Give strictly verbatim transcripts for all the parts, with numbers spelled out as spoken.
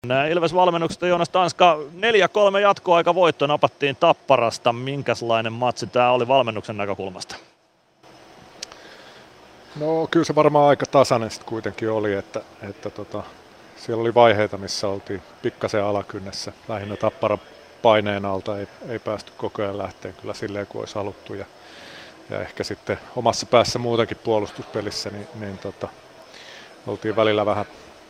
Ilves-valmennuksesta Joonas Tanska, neljä kolme jatkoaika voitto napattiin Tapparasta. Minkälainen matsi tämä oli valmennuksen näkökulmasta? No kyllä se varmaan aika tasainen sitten kuitenkin oli, että, että tota, siellä oli vaiheita, missä oltiin pikkasen alakynnessä. Lähinnä Tappara paineen alta ei, ei päästy koko ajan lähteen kyllä silleen kuin olisi haluttu. Ja, ja ehkä sitten omassa päässä muutenkin puolustuspelissä, niin, niin tota, oltiin välillä vähän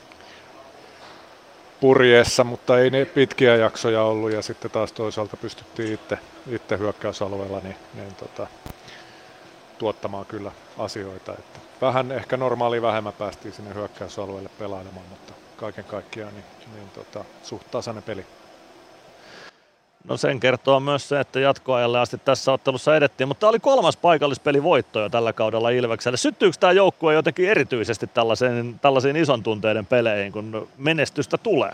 purjeessa, mutta ei ne pitkiä jaksoja ollut. Ja sitten taas toisaalta pystyttiin itse, itse hyökkäysalueella niin, niin tota, tuottamaan kyllä asioita. Että vähän ehkä normaali vähemmän päästiin sinne hyökkäysalueelle pelailemaan, mutta kaiken kaikkiaan niin, niin tota, suht tasainen peli. No sen kertoo myös se, että jatkoajalle asti tässä ottelussa edettiin, mutta tämä oli kolmas paikallispeli voitto jo tällä kaudella Ilvekselle. Syttyykö tämä joukkue jotenkin erityisesti tällaisiin, tällaisiin ison tunteiden peleihin, kun menestystä tulee?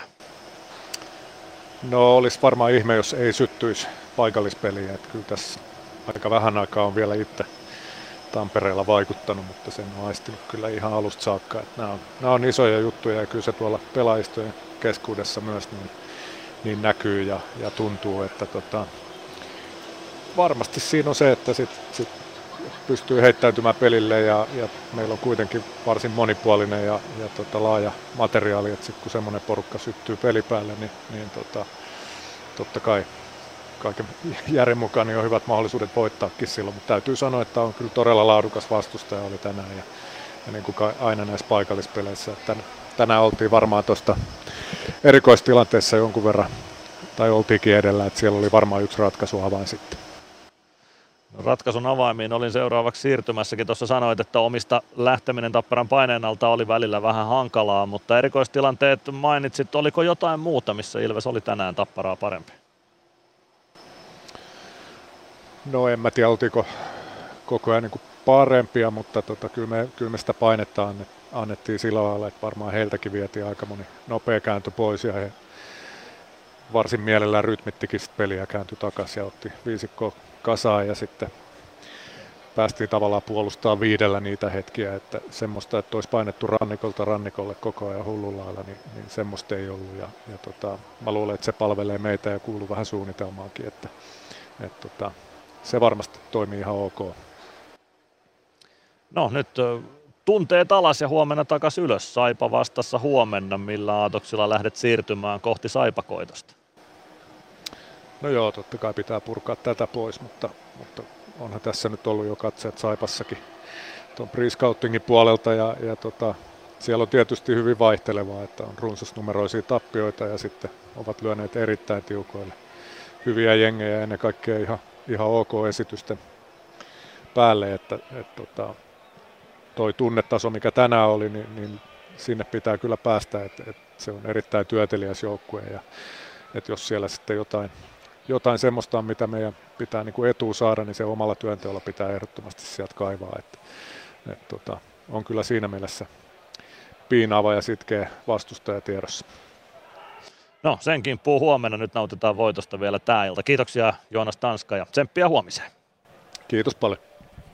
No olisi varmaan ihme, jos ei syttyisi paikallispeliä. Että kyllä tässä aika vähän aikaa on vielä itse Tampereella vaikuttanut, mutta sen on aistinut kyllä ihan alusta saakka. Että nämä, on, nämä on isoja juttuja ja kyllä se tuolla pelaajistojen keskuudessa myös niin, niin näkyy ja, ja tuntuu, että tota, varmasti siinä on se, että sit, sit pystyy heittäytymään pelille ja, ja meillä on kuitenkin varsin monipuolinen ja, ja tota, laaja materiaali, että sit kun semmoinen porukka syttyy pelipäälle, niin, niin tota, totta kai kaiken järjen mukaan niin on hyvät mahdollisuudet voittaakin silloin, mutta täytyy sanoa, että on kyllä todella laadukas vastustaja oli tänään ja, ja niin kuin aina näissä paikallispeleissä. Tän, tänään oltiin varmaan tuosta erikoistilanteessa jonkun verran, tai oltiinkin edellä, että siellä oli varmaan yksi ratkaisu avain sitten. No, ratkaisun avaimiin olin seuraavaksi siirtymässäkin. Tuossa sanoit, että omista lähteminen Tapparan paineen alta oli välillä vähän hankalaa, mutta erikoistilanteet mainitsit. Oliko jotain muuta, missä Ilves oli tänään Tapparaa parempi? No en mä tiedä, oltiinko koko ajan niin kuin parempia, mutta tota, kyllä, me, kyllä me sitä painetta annettiin sillä lailla, että varmaan heiltäkin vietiin aika moni nopea kääntö pois ja he varsin mielellään rytmittikin sit peliä ja kääntyi takaisin ja otti viisikko kasaan ja sitten päästiin tavallaan puolustamaan viidellä niitä hetkiä, että semmoista, että olisi painettu rannikolta rannikolle koko ajan hullulla lailla, niin, niin semmoista ei ollut ja, ja tota, mä luulen, että se palvelee meitä ja kuuluu vähän suunnitelmaankin, että et, tota, se varmasti toimii ihan ok. No nyt tunteet alas ja huomenna takaisin ylös. Saipa vastassa huomenna. Millä aatoksilla lähdet siirtymään kohti Saipakoitosta? No joo, totta kai pitää purkaa tätä pois, mutta, mutta onhan tässä nyt ollut jo katseet Saipassakin tuon pre-scoutingin puolelta ja, ja tota, siellä on tietysti hyvin vaihtelevaa, että on runsasnumeroisia tappioita ja sitten ovat lyöneet erittäin tiukoille hyviä jengejä ja ennen kaikkea ihan, ihan ok-esitysten päälle, että et, tota, toi tunnetaso, mikä tänään oli, niin, niin sinne pitää kyllä päästä, että et se on erittäin työteliäs joukkue ja että jos siellä sitten jotain, jotain semmoista on, mitä meidän pitää niin kuin etua saada, niin se omalla työnteolla pitää ehdottomasti sieltä kaivaa, että et, tota, on kyllä siinä mielessä piinaava ja sitkeä vastustaja tiedossa. No sen kimppuu huomenna, nyt nautitaan voitosta vielä tää ilta. Kiitoksia Joonas Tanska ja tsemppiä huomiseen. Kiitos paljon.